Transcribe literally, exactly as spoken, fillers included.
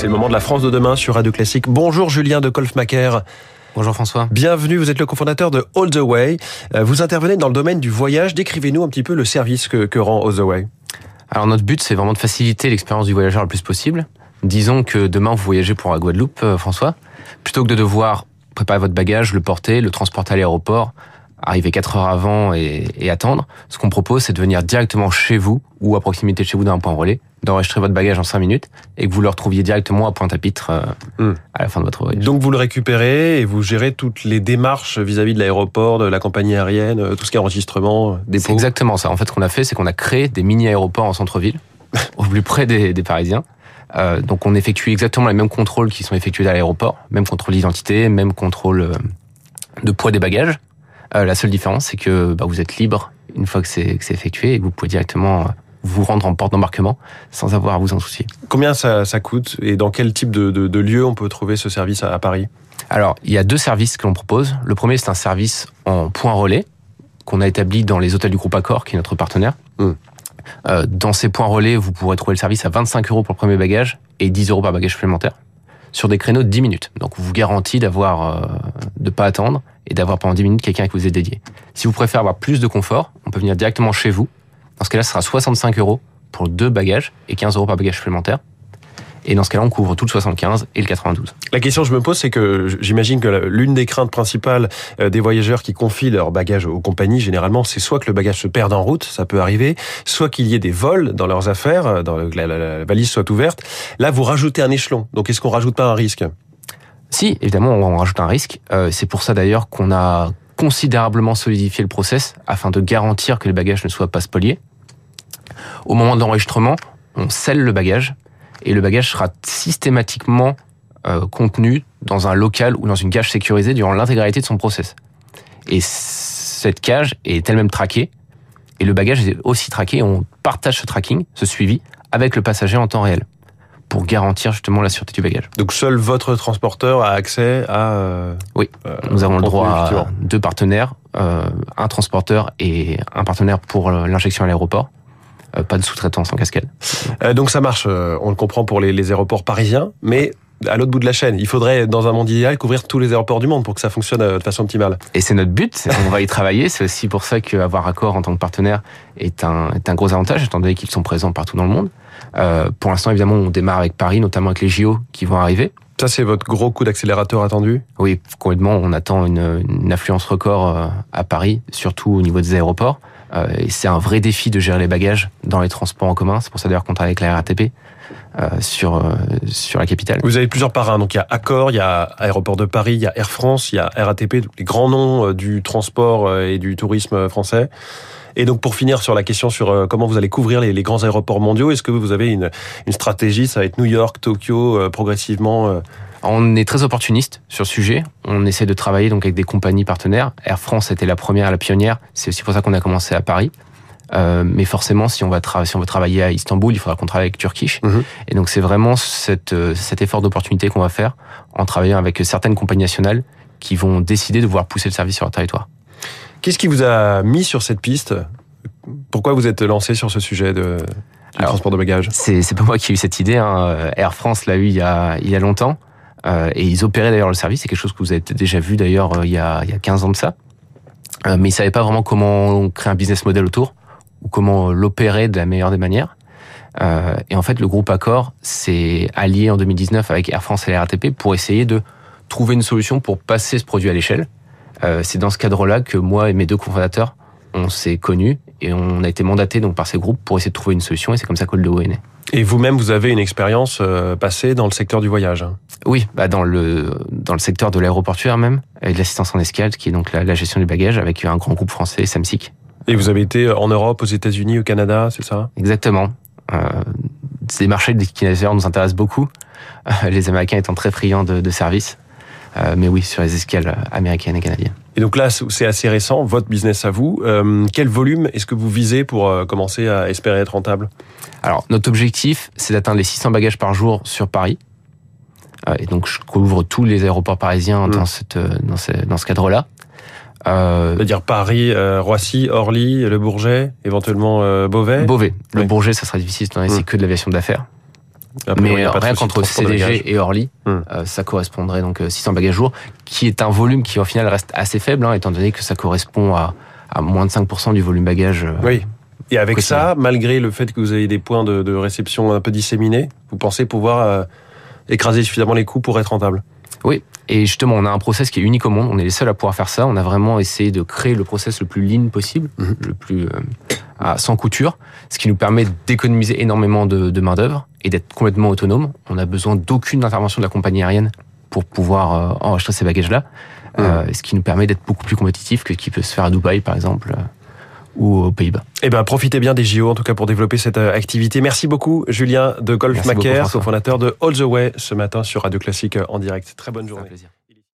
C'est le moment de la France de demain sur Radio Classique. Bonjour Julien de Kolfmacher. Bonjour François. Bienvenue, vous êtes le cofondateur de All the Way. Vous intervenez dans le domaine du voyage. Décrivez-nous un petit peu le service que, que rend All the Way. Alors notre but, c'est vraiment de faciliter l'expérience du voyageur le plus possible. Disons que demain, vous voyagez pour la Guadeloupe, euh, François. Plutôt que de devoir préparer votre bagage, le porter, le transporter à l'aéroport, arriver quatre heures avant et, et attendre, ce qu'on propose, c'est de venir directement chez vous ou à proximité de chez vous dans un point relais, d'enregistrer votre bagage en cinq minutes et que vous le retrouviez directement à Pointe-à-Pitre euh, mmh. à la fin de votre voyage. Donc vous le récupérez et vous gérez toutes les démarches vis-à-vis de l'aéroport, de la compagnie aérienne, tout ce qui est enregistrement, dépôt. C'est exactement ça. En fait, ce qu'on a fait, c'est qu'on a créé des mini-aéroports en centre-ville, au plus près des, des Parisiens. Euh, donc on effectue exactement les mêmes contrôles qui sont effectués à l'aéroport, même contrôle d'identité, même contrôle euh, de poids des bagages. Euh, la seule différence, c'est que bah, vous êtes libre une fois que c'est, que c'est effectué et que vous pouvez directement euh, vous rendre en porte d'embarquement sans avoir à vous en soucier. Combien ça, ça coûte et dans quel type de, de, de lieu on peut trouver ce service à, à Paris ? Alors, il y a deux services que l'on propose. Le premier, c'est un service en point relais qu'on a établi dans les hôtels du groupe Accor, qui est notre partenaire. Mmh. Euh, dans ces points relais, vous pourrez trouver le service à vingt-cinq euros pour le premier bagage et dix euros par bagage supplémentaire sur des créneaux de dix minutes. Donc, on vous garantit d'avoir, euh, de pas attendre et d'avoir pendant dix minutes quelqu'un qui vous est dédié. Si vous préférez avoir plus de confort, on peut venir directement chez vous. Dans ce cas-là, ce sera soixante-cinq euros pour deux bagages et quinze euros par bagage supplémentaire. Et dans ce cas-là, on couvre tout le soixante-quinze et le quatre-vingt-douze. La question que je me pose, c'est que j'imagine que l'une des craintes principales des voyageurs qui confient leur bagage aux compagnies, généralement, c'est soit que le bagage se perde en route, ça peut arriver, soit qu'il y ait des vols dans leurs affaires, dans que la, la, la valise soit ouverte. Là, vous rajoutez un échelon. Donc, est-ce qu'on rajoute pas un risque ? Si, évidemment, on rajoute un risque. Euh, c'est pour ça d'ailleurs qu'on a considérablement solidifié le process afin de garantir que les bagages ne soient pas spoliés. Au moment de l'enregistrement, on scelle le bagage et le bagage sera systématiquement euh, contenu dans un local ou dans une cage sécurisée durant l'intégralité de son process. Et cette cage est elle-même traquée et le bagage est aussi traqué et on partage ce tracking, ce suivi, avec le passager en temps réel pour garantir justement la sûreté du bagage. Donc seul votre transporteur a accès à... Euh, oui, euh, nous avons le droit à deux partenaires, euh, un transporteur et un partenaire pour l'injection à l'aéroport. Euh, pas de sous-traitance en cascade. Euh, donc ça marche, euh, on le comprend pour les, les aéroports parisiens, mais à l'autre bout de la chaîne, il faudrait, dans un monde idéal, couvrir tous les aéroports du monde pour que ça fonctionne de façon optimale. Et c'est notre but, on va y travailler, c'est aussi pour ça qu'avoir Accor en tant que partenaire est un, est un gros avantage, étant donné qu'ils sont présents partout dans le monde. Euh, pour l'instant, évidemment, on démarre avec Paris, notamment avec les J O qui vont arriver. Ça, c'est votre gros coup d'accélérateur attendu ? Oui, complètement, on attend une, une affluence record à Paris, surtout au niveau des aéroports. Euh, et c'est un vrai défi de gérer les bagages dans les transports en commun. C'est pour ça d'ailleurs qu'on travaille avec la R A T P euh, sur euh, sur la capitale. Vous avez plusieurs parrains. Donc il y a Accor, il y a Aéroport de Paris, il y a Air France, il y a R A T P, les grands noms du transport et du tourisme français. Et donc pour finir sur la question sur comment vous allez couvrir les, les grands aéroports mondiaux, est-ce que vous avez une une stratégie ? Ça va être New York, Tokyo, euh, progressivement. Euh... On est très opportuniste sur ce sujet. On essaie de travailler donc avec des compagnies partenaires. Air France était la première, la pionnière. C'est aussi pour ça qu'on a commencé à Paris. Euh, mais forcément, si on va tra- si on veut travailler à Istanbul, il faudra qu'on travaille avec Turkish. Mmh. Et donc c'est vraiment cette, cet effort d'opportunité qu'on va faire en travaillant avec certaines compagnies nationales qui vont décider de vouloir pousser le service sur leur territoire. Qu'est-ce qui vous a mis sur cette piste ? Pourquoi vous êtes lancé sur ce sujet de du Alors, transport de bagages ? C'est c'est pas moi qui ai eu cette idée. Hein. Air France l'a eu il y a il y a longtemps. Euh, et ils opéraient d'ailleurs le service, c'est quelque chose que vous avez déjà vu d'ailleurs euh, il y a il y a quinze ans de ça. Euh, mais ils savaient pas vraiment comment créer un business model autour ou comment l'opérer de la meilleure des manières. Euh, et en fait, le groupe Accor s'est allié en deux mille dix-neuf avec Air France et la R A T P pour essayer de trouver une solution pour passer ce produit à l'échelle. Euh, c'est dans ce cadre-là que moi et mes deux cofondateurs, on s'est connus et on a été mandatés donc par ces groupes pour essayer de trouver une solution et c'est comme ça qu'All the Way est né. Et vous-même, vous avez une expérience euh, passée dans le secteur du voyage. Oui, bah dans le dans le secteur de l'aéroportuaire même, et de l'assistance en escale, qui est donc la, la gestion du bagage, avec un grand groupe français, Samsic. Et vous avez été en Europe, aux États-Unis, au Canada, c'est ça ? Exactement. Euh, c'est des marchés qui d'ailleurs nous intéressent beaucoup, euh, les Américains étant très friands de, de services. Euh, mais oui, sur les escales américaines et canadiennes. Et donc là, c'est assez récent, votre business à vous. Euh, quel volume est-ce que vous visez pour euh, commencer à espérer être rentable ? Alors, notre objectif, c'est d'atteindre les six cents bagages par jour sur Paris. Euh, et donc, je couvre tous les aéroports parisiens mmh. dans, cette, dans, ce, dans ce cadre-là. Euh, C'est-à-dire Paris, euh, Roissy, Orly, Le Bourget, éventuellement euh, Beauvais. Beauvais. Le oui. Bourget, ça sera difficile, c'est mmh. que de l'aviation d'affaires. Après, Mais il y a pas de rien souci de qu'entre transport de C D bagages. G et Orly, Hum. euh, ça correspondrait donc six cents bagages jour, qui est un volume qui au final reste assez faible, hein, étant donné que ça correspond à, à moins de cinq pour cent du volume bagages. euh, Oui. Et avec quotidien. ça, malgré le fait que vous ayez des points de, de réception un peu disséminés, vous pensez pouvoir euh, écraser suffisamment les coûts pour être rentable? Oui, et justement, on a un process qui est unique au monde. On est les seuls à pouvoir faire ça. On a vraiment essayé de créer le process le plus lean possible, Mhm. le plus euh, à- sans couture, ce qui nous permet d'économiser énormément de, de main d'œuvre et d'être complètement autonome. On n'a besoin d'aucune intervention de la compagnie aérienne pour pouvoir euh, enregistrer ces bagages-là, Mhm. euh, ce qui nous permet d'être beaucoup plus compétitif que ce qui peut se faire à Dubaï, par exemple, euh, ou aux Pays-Bas. Eh ben, profitez bien des J O, en tout cas, pour développer cette euh, activité. Merci beaucoup, Julien de Golf Merci beaucoup, Macaire, François. cofondateur de All the Way, ce matin sur Radio Classique euh, en direct. Très bonne C'est un journée. plaisir.